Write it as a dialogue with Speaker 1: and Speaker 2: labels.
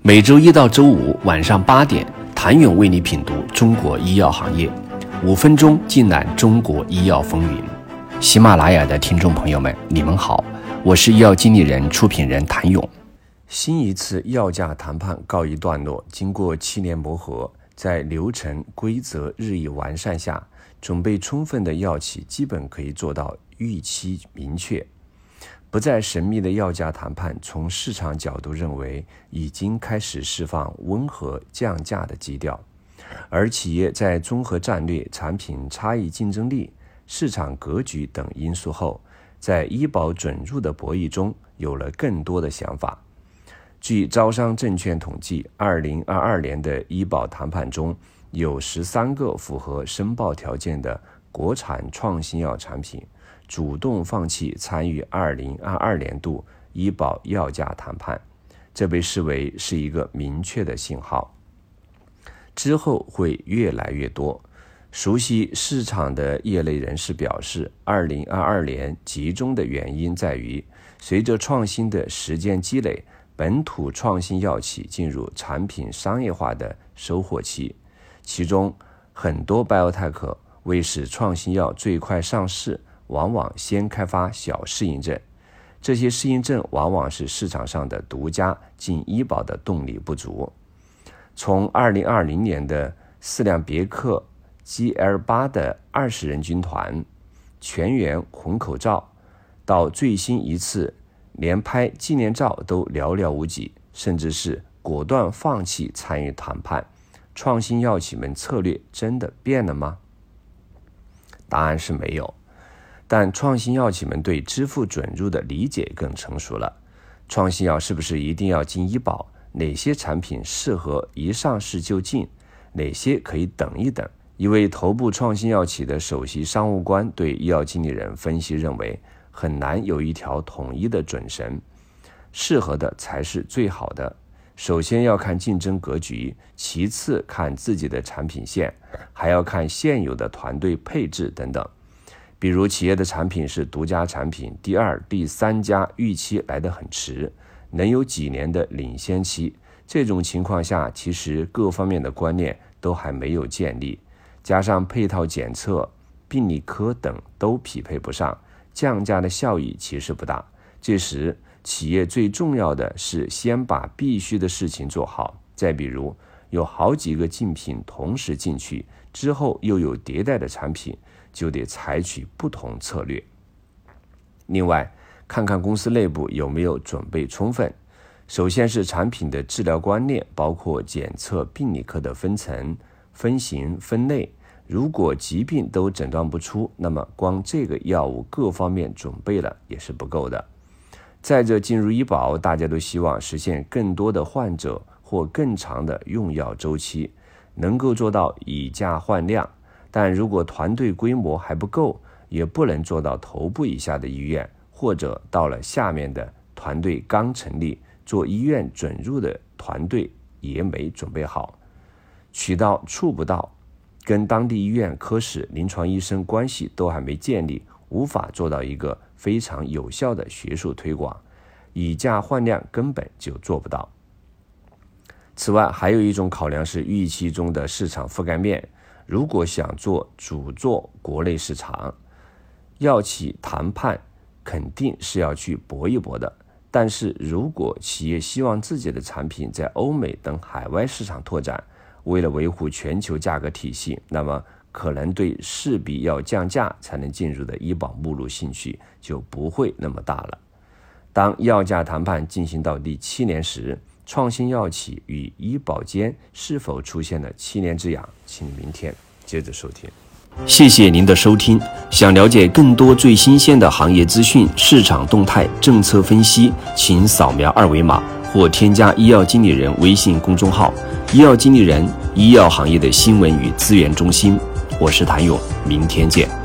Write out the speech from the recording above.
Speaker 1: 每周一到周五晚上8点，谭勇为你品读中国医药行业，5分钟尽览中国医药风云。喜马拉雅的听众朋友们，你们好，我是医药经理人、出品人谭勇。新一次药价谈判告一段落，经过7年磨合，在流程规则日益完善下，准备充分的药企基本可以做到预期明确。不再神秘的药价谈判，从市场角度认为已经开始释放温和降价的基调，而企业在综合战略、产品差异竞争力、市场格局等因素后，在医保准入的博弈中有了更多的想法。据招商证券统计，2022年的医保谈判中，有13个符合申报条件的国产创新药产品主动放弃参与2022年度医保药价谈判，这被视为是一个明确的信号。之后会越来越多。熟悉市场的业内人士表示，2022年集中的原因在于，随着创新的实践积累，本土创新药企进入产品商业化的收获期，其中很多 biotech 为使创新药最快上市，往往先开发小适应症，这些适应症往往是市场上的独家进医保的动力不足。从2020年的4辆别克 GL8 的20人军团全员混口罩，到最新一次连拍纪念照都寥寥无几，甚至是果断放弃参与谈判，创新药企们策略真的变了吗？答案是没有。但创新药企们对支付准入的理解更成熟了。创新药是不是一定要进医保？哪些产品适合一上市就进？哪些可以等一等？一位头部创新药企的首席商务官对医药经理人分析认为，很难有一条统一的准绳，适合的才是最好的。首先要看竞争格局，其次看自己的产品线，还要看现有的团队配置等等。比如企业的产品是独家产品，第2、第3家预期来得很迟，能有几年的领先期，这种情况下其实各方面的观念都还没有建立，加上配套检测、病理科等都匹配不上，降价的效益其实不大。这时企业最重要的是先把必须的事情做好，再比如有好几个竞品同时进去，之后又有迭代的产品，就得采取不同策略。另外，看看公司内部有没有准备充分。首先是产品的治疗观念，包括检测、病理科的分层、分型、分类。如果疾病都诊断不出，那么光这个药物各方面准备了也是不够的。再者，进入医保，大家都希望实现更多的患者或更长的用药周期，能够做到以价换量。但如果团队规模还不够，也不能做到头部以下的医院，或者到了下面的团队刚成立，做医院准入的团队也没准备好，渠道触不到，跟当地医院、科室、临床医生关系都还没建立，无法做到一个非常有效的学术推广，以价换量根本就做不到。此外，还有一种考量是预期中的市场覆盖面。如果想主做国内市场，药企谈判肯定是要去搏一搏的。但是如果企业希望自己的产品在欧美等海外市场拓展，为了维护全球价格体系，那么可能对势必要降价才能进入的医保目录兴趣就不会那么大了。当药价谈判进行到第7年时，创新药企与医保间是否出现了7年之痒，请明天接着收听。谢谢您的收听。想了解更多最新鲜的行业资讯、市场动态、政策分析，请扫描2维码或添加医药经理人微信公众号“医药经理人”，医药行业的新闻与资源中心。我是谭勇，明天见。